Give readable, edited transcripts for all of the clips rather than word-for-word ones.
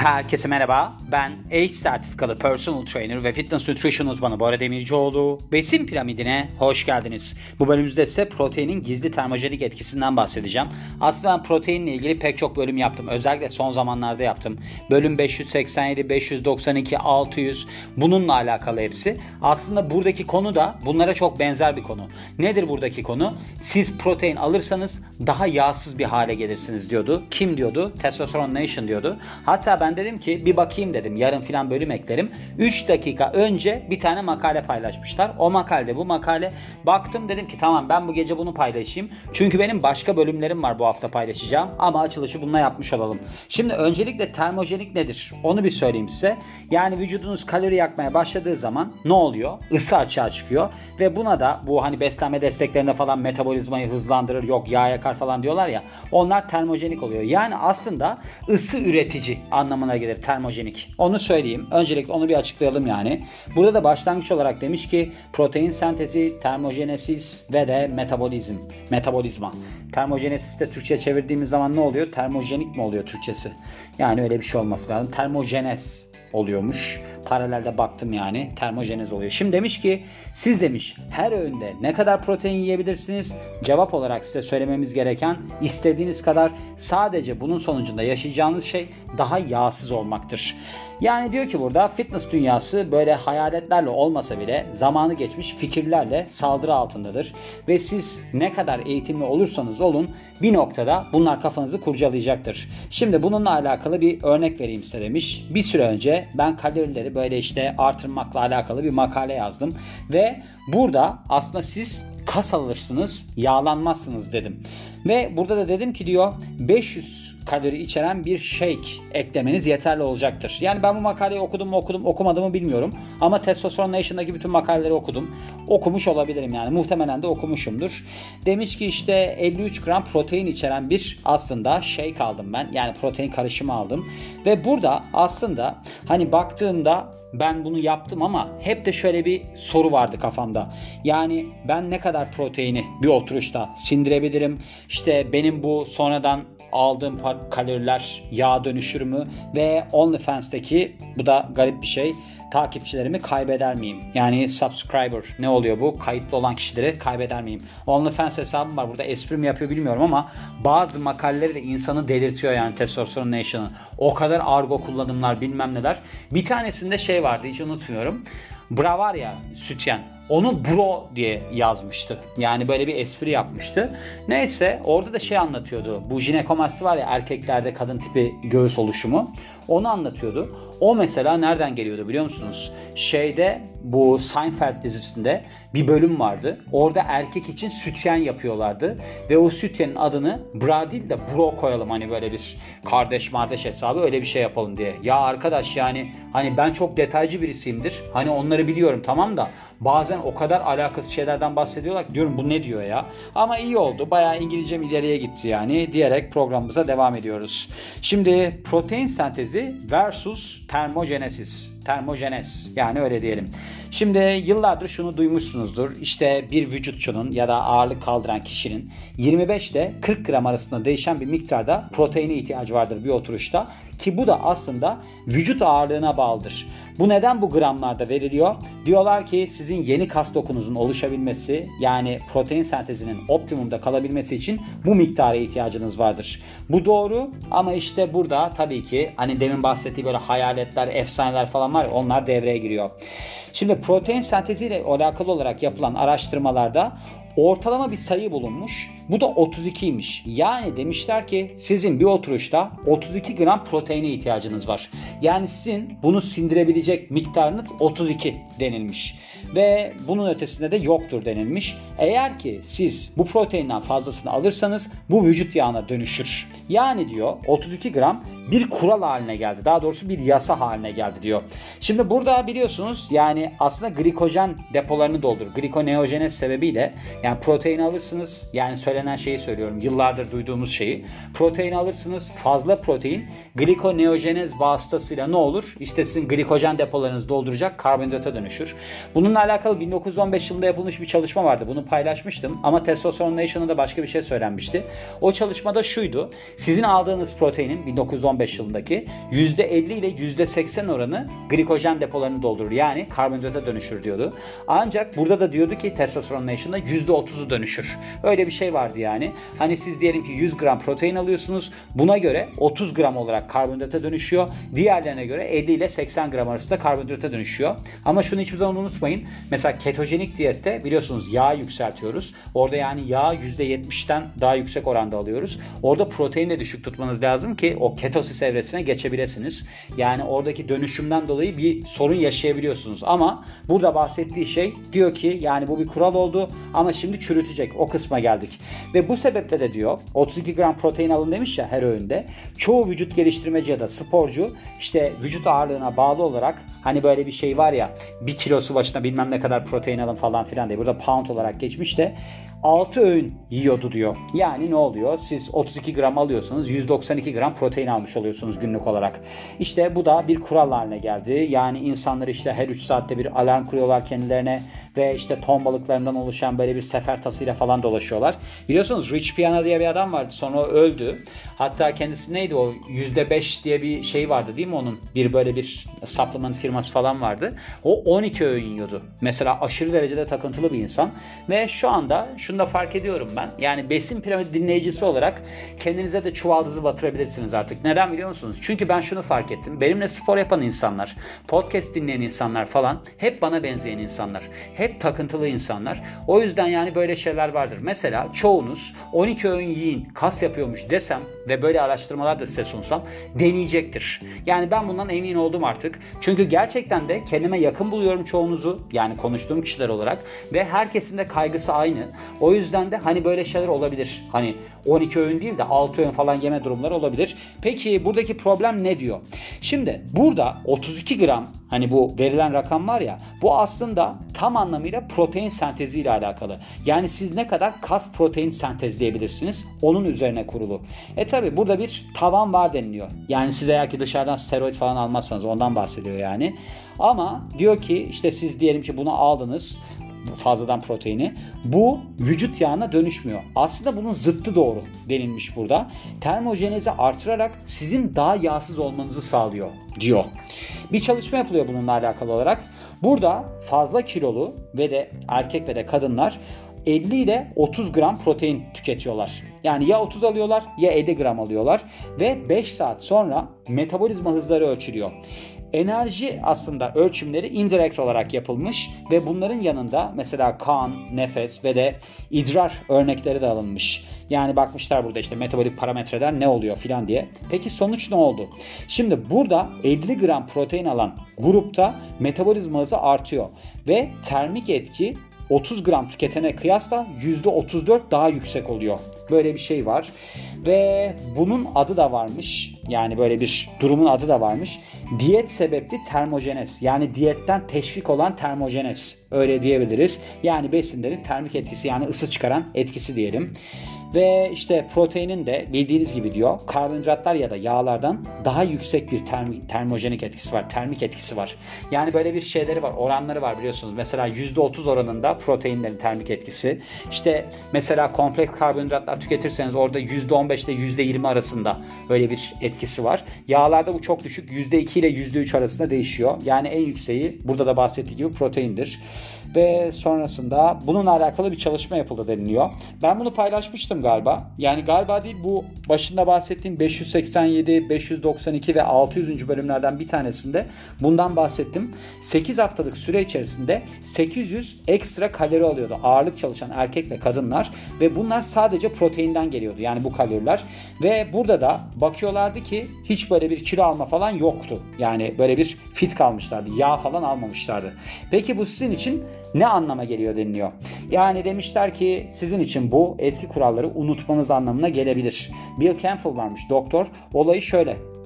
Herkese merhaba. Ben ACE sertifikalı personal trainer ve fitness nutrition uzmanı Bora Demircioğlu. Besin piramidine hoş geldiniz. Bu bölümümüzde ise proteinin gizli termojenik etkisinden bahsedeceğim. Aslında ben proteinle ilgili pek çok bölüm yaptım. Özellikle son zamanlarda yaptım. Bölüm 587, 592, 600 bununla alakalı hepsi. Aslında buradaki konu da bunlara çok benzer bir konu. Nedir buradaki konu? Siz protein alırsanız daha yağsız bir hale gelirsiniz diyordu. Kim diyordu? Testosterone Nation diyordu. Hatta ben dedim ki bir bakayım dedim. Yarın filan bölüm eklerim. 3 dakika önce bir tane makale paylaşmışlar. O makalede bu makale baktım dedim ki tamam ben bu gece bunu paylaşayım. Çünkü benim başka bölümlerim var bu hafta paylaşacağım. Ama açılışı bununla yapmış olalım. Şimdi öncelikle termojenik nedir? Onu bir söyleyeyim size. Yani vücudunuz kalori yakmaya başladığı zaman ne oluyor? Isı açığa çıkıyor. Ve buna da bu hani beslenme desteklerinde falan metabolizmayı hızlandırır, yok yağ yakar falan diyorlar ya. Onlar termojenik oluyor. Yani aslında ısı üretici anlamına gelir termojenik. Onu söyleyeyim. Öncelikle onu bir açıklayalım yani. Burada da başlangıç olarak demiş ki protein sentezi, termojenesis ve de metabolizma. Termojenesis de Türkçe'ye çevirdiğimiz zaman ne oluyor? Termojenik mi oluyor Türkçesi? Yani öyle bir şey olması lazım. Termojenez oluyormuş. Paralelde baktım yani. Termojenez oluyor. Şimdi demiş ki siz demiş her öğünde ne kadar protein yiyebilirsiniz? Cevap olarak size söylememiz gereken istediğiniz kadar, sadece bunun sonucunda yaşayacağınız şey daha yağsız olmaktır. Yani diyor ki burada fitness dünyası böyle hayaletlerle olmasa bile zamanı geçmiş fikirlerle saldırı altındadır. Ve siz ne kadar eğitimli olursanız olun bir noktada bunlar kafanızı kurcalayacaktır. Şimdi bununla alakalı bir örnek vereyim size demiş. Bir süre önce ben kalorileri böyle işte artırmakla alakalı bir makale yazdım. Ve burada aslında siz kas alırsınız, yağlanmazsınız dedim. Ve burada da dedim ki diyor 500 kalori içeren bir shake eklemeniz yeterli olacaktır. Yani ben bu makaleyi okudum mu okumadım mı bilmiyorum. Ama Testosterone Nation'daki bütün makaleleri okudum. Okumuş olabilirim yani. Muhtemelen de okumuşumdur. Demiş ki işte 53 gram protein içeren bir aslında shake aldım ben. Yani protein karışımı aldım. Ve burada aslında hani baktığımda ben bunu yaptım ama hep de şöyle bir soru vardı kafamda. Yani ben ne kadar proteini bir oturuşta sindirebilirim? İşte benim bu sonradan aldığım kaloriler yağ dönüşür mü? Ve OnlyFans'taki, bu da garip bir şey, takipçilerimi kaybeder miyim? Yani subscriber ne oluyor bu? Kayıtlı olan kişileri kaybeder miyim? OnlyFans hesabım var. Burada espri mi yapıyor bilmiyorum ama bazı makaleleri de insanı delirtiyor yani Testosterone Nation'ın. O kadar argo kullanımlar bilmem neler. Bir tanesinde şey vardı hiç unutmuyorum. Bra var ya, sütyen. Onu bro diye yazmıştı. Yani böyle bir espri yapmıştı. Neyse orada da şey anlatıyordu. Bu jinekomasti var ya, erkeklerde kadın tipi göğüs oluşumu. Onu anlatıyordu. O mesela nereden geliyordu biliyor musunuz? Bu Seinfeld dizisinde bir bölüm vardı. Orada erkek için sütyen yapıyorlardı. Ve o sütyenin adını bra değil de bro koyalım. Hani böyle bir kardeş hesabı, öyle bir şey yapalım diye. Ya arkadaş yani hani ben çok detaycı birisiyimdir. Hani onları biliyorum tamam da bazen o kadar alakasız şeylerden bahsediyorlar ki diyorum bu ne diyor ya. Ama iyi oldu. Bayağı İngilizcem ileriye gitti yani diyerek programımıza devam ediyoruz. Şimdi protein sentezi versus termojenez yani öyle diyelim. Şimdi yıllardır şunu duymuşsunuzdur. İşte bir vücutçunun ya da ağırlık kaldıran kişinin 25 ile 40 gram arasında değişen bir miktarda proteine ihtiyacı vardır bir oturuşta. Ki bu da aslında vücut ağırlığına bağlıdır. Bu neden bu gramlarda veriliyor? Diyorlar ki sizin yeni kas dokunuzun oluşabilmesi, yani protein sentezinin optimumda kalabilmesi için bu miktara ihtiyacınız vardır. Bu doğru ama işte burada tabii ki hani demin bahsettiği böyle hayaletler, efsaneler falan var ya, onlar devreye giriyor. Şimdi protein senteziyle alakalı olarak yapılan araştırmalarda ortalama bir sayı bulunmuş. Bu da 32'ymiş. Yani demişler ki sizin bir oturuşta 32 gram proteine ihtiyacınız var. Yani sizin bunu sindirebilecek miktarınız 32 denilmiş. Ve bunun ötesinde de yoktur denilmiş. Eğer ki siz bu proteinden fazlasını alırsanız bu vücut yağına dönüşür. Yani diyor 32 gram bir kural haline geldi. Daha doğrusu bir yasa haline geldi diyor. Şimdi burada biliyorsunuz yani aslında glikojen depolarını doldurur. Glikoneojenez sebebiyle yani protein alırsınız. Yani söylenen söylenen şeyi söylüyorum. Yıllardır duyduğumuz şeyi. Protein alırsınız. Fazla protein glikoneojenez vasıtasıyla ne olur? İşte sizin glikojen depolarınızı dolduracak, karbonhidrata dönüşür. Bununla alakalı 1915 yılında yapılmış bir çalışma vardı. Bunu paylaşmıştım ama Testosterone Nation'da başka bir şey söylenmişti. O çalışmada şuydu. Sizin aldığınız proteinin 1915 yılındaki %50 ile %80 oranı glikojen depolarını doldurur. Yani karbonhidrata dönüşür diyordu. Ancak burada da diyordu ki Testosterone Nation'da %30'u dönüşür. Öyle bir şey vardı yani. Hani siz diyelim ki 100 gram protein alıyorsunuz. Buna göre 30 gram olarak karbonhidrata dönüşüyor. Diğerlerine göre 50 ile 80 gram arasında karbonhidrata dönüşüyor. Ama şunu hiçbir zaman unutmayın. Mesela ketojenik diyette biliyorsunuz yağ yükseltiyoruz. Orada yani yağ %70'ten daha yüksek oranda alıyoruz. Orada proteini de düşük tutmanız lazım ki o ketosis evresine geçebilirsiniz. Yani oradaki dönüşümden dolayı bir sorun yaşayabiliyorsunuz. Ama burada bahsettiği şey diyor ki yani bu bir kural oldu ama şimdi çürütecek. O kısma geldik. Ve bu sebeple de diyor 32 gram protein alın demiş ya her öğünde. Çoğu vücut geliştirmeci ya da sporcu işte vücut ağırlığına bağlı olarak hani böyle bir şey var ya 1 kilosu başına bilmem ne kadar protein alın falan filan diye. Burada pound olarak geçmiş de 6 öğün yiyordu diyor. Yani ne oluyor? Siz 32 gram alıyorsanız 192 gram protein almış oluyorsunuz günlük olarak. İşte bu da bir kural haline geldi. Yani insanlar işte her 3 saatte bir alarm kuruyorlar kendilerine ve işte ton balıklarından oluşan böyle bir sefer tasıyla falan dolaşıyorlar. Biliyorsunuz Rich Piana diye bir adam vardı. Sonra o öldü. Hatta kendisi neydi o? %5 diye bir şey vardı değil mi onun? Bir böyle bir supplement firması falan vardı. O 12 öğün yiyordu. Mesela aşırı derecede takıntılı bir insan. Ve şu anda şunu da fark ediyorum ben. Yani besin piramidi dinleyicisi olarak kendinize de çuvaldızı batırabilirsiniz artık. Neden biliyor musunuz? Çünkü ben şunu fark ettim. Benimle spor yapan insanlar, podcast dinleyen insanlar falan hep bana benzeyen insanlar. Hep takıntılı insanlar. O yüzden yani böyle şeyler vardır. Mesela çoğunuz 12 öğün yiyin, kas yapıyormuş desem ve böyle araştırmalar da size sunsam deneyecektir. Yani ben bundan emin oldum artık. Çünkü gerçekten de kendime yakın buluyorum çoğunuzu. Yani konuştuğum kişiler olarak ve herkesin de kaygısı aynı. O yüzden de hani böyle şeyler olabilir. Hani 12 öğün değil de 6 öğün falan yeme durumları olabilir. Peki buradaki problem ne diyor? Şimdi burada 32 gram hani bu verilen rakam var ya bu aslında tam anlamıyla protein sentezi ile alakalı. Yani siz ne kadar kas protein sentezleyebilirsiniz onun üzerine kurulu. Tabi burada bir tavan var deniliyor. Yani siz eğer ki dışarıdan steroid falan almazsanız ondan bahsediyor yani. Ama diyor ki işte siz diyelim ki bunu aldınız fazladan proteini. Bu vücut yağına dönüşmüyor. Aslında bunun zıttı doğru denilmiş burada. Termojenezi artırarak sizin daha yağsız olmanızı sağlıyor diyor. Bir çalışma yapılıyor bununla alakalı olarak. Burada fazla kilolu ve de erkek ve de kadınlar 50 ile 30 gram protein tüketiyorlar. Yani ya 30 alıyorlar ya 50 gram alıyorlar ve 5 saat sonra metabolizma hızları ölçülüyor. Enerji aslında ölçümleri indirekt olarak yapılmış ve bunların yanında mesela kan, nefes ve de idrar örnekleri de alınmış. Yani bakmışlar burada işte metabolik parametreler ne oluyor filan diye. Peki sonuç ne oldu? Şimdi burada 50 gram protein alan grupta metabolizma hızı artıyor ve termik etki 30 gram tüketene kıyasla %34 daha yüksek oluyor. Böyle bir şey var. Ve bunun adı da varmış. Yani böyle bir durumun adı da varmış. Diyet sebepli termojenez. Yani diyetten teşvik olan termojenez. Öyle diyebiliriz. Yani besinlerin termik etkisi yani ısı çıkaran etkisi diyelim. Ve işte proteinin de bildiğiniz gibi diyor karbonhidratlar ya da yağlardan daha yüksek bir termojenik etkisi var. Termik etkisi var. Yani böyle bir şeyleri var. Oranları var biliyorsunuz. Mesela %30 oranında proteinlerin termik etkisi. İşte mesela kompleks karbonhidratlar tüketirseniz orada %15 ile %20 arasında öyle bir etkisi var. Yağlarda bu çok düşük. %2 ile %3 arasında değişiyor. Yani en yükseği burada da bahsettiği gibi proteindir. Ve sonrasında bununla alakalı bir çalışma yapıldı deniliyor. Ben bunu paylaşmıştım galiba. Yani galiba değil bu başında bahsettiğim 587, 592 ve 600. bölümlerden bir tanesinde bundan bahsettim. 8 haftalık süre içerisinde 800 ekstra kalori alıyordu ağırlık çalışan erkek ve kadınlar ve bunlar sadece proteinden geliyordu. Yani bu kaloriler ve burada da bakıyorlardı ki hiç böyle bir kilo alma falan yoktu. Yani böyle bir fit kalmışlardı. Yağ falan almamışlardı. Peki bu sizin için ne anlama geliyor deniliyor. Yani demişler ki sizin için bu eski kuralları unutmanız anlamına gelebilir. Bill Campbell varmış doktor. Olayı şöyle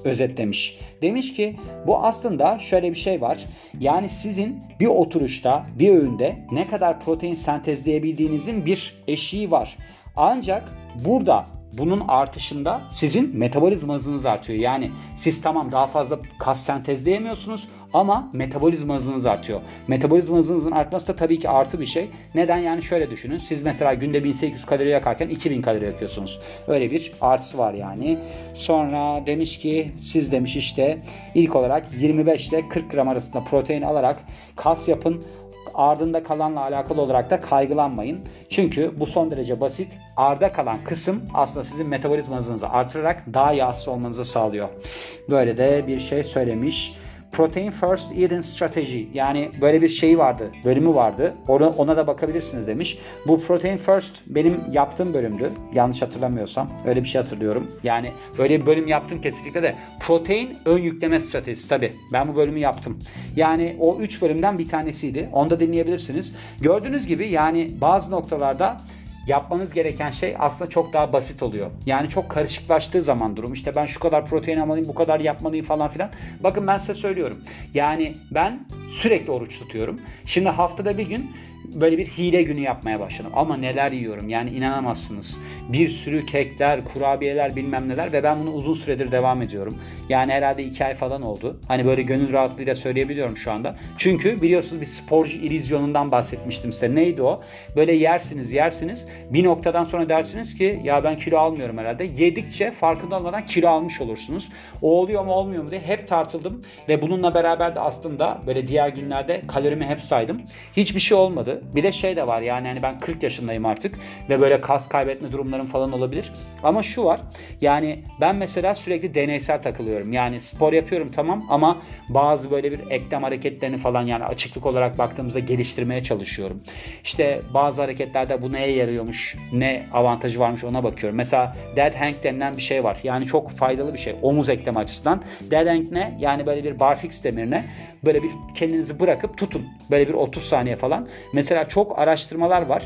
özetlemiş. Demiş ki bu aslında şöyle bir şey var. Yani sizin bir oturuşta, bir öğünde ne kadar protein sentezleyebildiğinizin bir eşiği var. Ancak burada bunun artışında sizin metabolizma hızınız artıyor. Yani siz tamam daha fazla kas sentezleyemiyorsunuz ama metabolizma hızınız artıyor. Metabolizma hızınızın artması da tabii ki artı bir şey. Neden? Yani şöyle düşünün. Siz mesela günde 1800 kalori yakarken 2000 kalori yakıyorsunuz. Öyle bir artısı var yani. Sonra demiş ki siz demiş işte ilk olarak 25 ile 40 gram arasında protein alarak kas yapın. Ardında kalanla alakalı olarak da kaygılanmayın. Çünkü bu son derece basit. Arda kalan kısım aslında sizin metabolizma hızınızı artırarak daha yağsız olmanızı sağlıyor. Böyle de bir şey söylemiş. Protein First Eating Strategy, yani böyle bir şey vardı, bölümü vardı. Ona da bakabilirsiniz demiş. Bu Protein First benim yaptığım bölümdü. Yanlış hatırlamıyorsam. Öyle bir şey hatırlıyorum. Yani böyle bir bölüm yaptım kesinlikle de. Protein ön yükleme stratejisi tabii. Ben bu bölümü yaptım. Yani o 3 bölümden bir tanesiydi. Onu da dinleyebilirsiniz. Gördüğünüz gibi yani bazı noktalarda yapmanız gereken şey aslında çok daha basit oluyor. Yani çok karışıklaştığı zaman durum. İşte ben şu kadar protein almalıyım, bu kadar yapmalıyım falan filan. Bakın ben size söylüyorum. Yani ben sürekli oruç tutuyorum. Şimdi haftada bir gün böyle bir hile günü yapmaya başladım. Ama neler yiyorum yani inanamazsınız. Bir sürü kekler, kurabiyeler bilmem neler ve ben bunu uzun süredir devam ediyorum. Yani herhalde 2 ay falan oldu. Hani böyle gönül rahatlığıyla söyleyebiliyorum şu anda. Çünkü biliyorsunuz bir sporcu illüzyonundan bahsetmiştim size. Neydi o? Böyle yersiniz. Bir noktadan sonra dersiniz ki ya ben kilo almıyorum herhalde. Yedikçe farkında olmadan kilo almış olursunuz. O oluyor mu olmuyor mu diye hep tartıldım. Ve bununla beraber de aslında böyle diğer günlerde kalorimi hep saydım. Hiçbir şey olmadı. Bir de şey de var yani hani ben 40 yaşındayım artık ve böyle kas kaybetme durumlarım falan olabilir. Ama şu var yani ben mesela sürekli deneysel takılıyorum. Yani spor yapıyorum tamam ama bazı böyle bir eklem hareketlerini falan yani açıklık olarak baktığımızda geliştirmeye çalışıyorum. İşte bazı hareketlerde bu neye yarıyormuş, ne avantajı varmış ona bakıyorum. Mesela dead hang denilen bir şey var. Yani çok faydalı bir şey omuz eklem açısından. Dead hang ne? Yani böyle bir barfix demirine böyle bir kendinizi bırakıp tutun. Böyle bir 30 saniye falan. Mesela çok araştırmalar var.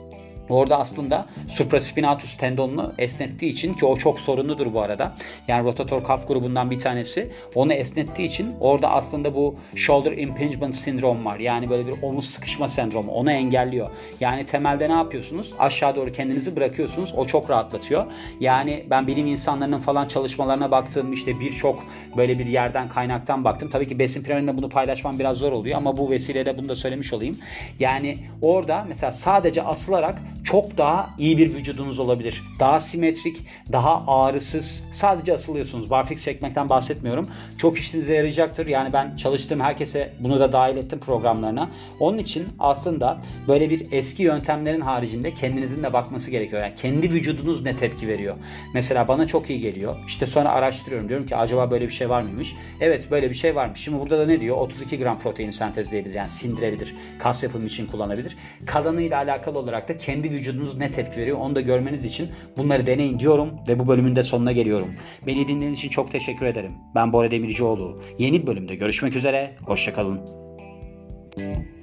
Orada aslında supraspinatus tendonunu esnettiği için ki o çok sorunludur bu arada. Yani rotator cuff grubundan bir tanesi. Onu esnettiği için orada aslında bu shoulder impingement sindrom var. Yani böyle bir omuz sıkışma sendromu. Onu engelliyor. Yani temelde ne yapıyorsunuz? Aşağı doğru kendinizi bırakıyorsunuz. O çok rahatlatıyor. Yani ben bilim insanlarının falan çalışmalarına baktım. İşte birçok böyle bir yerden kaynaktan baktım. Tabii ki besin piramidinde bunu paylaşmam biraz zor oluyor ama bu vesileyle bunu da söylemiş olayım. Yani orada mesela sadece asılarak çok daha iyi bir vücudunuz olabilir. Daha simetrik, daha ağrısız. Sadece asılıyorsunuz. Barfix çekmekten bahsetmiyorum. Çok işinize yarayacaktır. Yani ben çalıştığım herkese bunu da dahil ettim programlarına. Onun için aslında böyle bir eski yöntemlerin haricinde kendinizin de bakması gerekiyor. Yani kendi vücudunuz ne tepki veriyor? Mesela bana çok iyi geliyor. İşte sonra araştırıyorum. Diyorum ki acaba böyle bir şey var mıymış? Evet böyle bir şey varmış. Şimdi burada da ne diyor? 32 gram protein sentezleyebilir. Yani sindirebilir. Kas yapımı için kullanabilir. Kalanıyla alakalı olarak da kendi vücudunuz ne tepki veriyor onu da görmeniz için bunları deneyin diyorum ve bu bölümün de sonuna geliyorum. Beni dinlediğiniz için çok teşekkür ederim. Ben Bora Demircioğlu. Yeni bir bölümde görüşmek üzere. Hoşça kalın.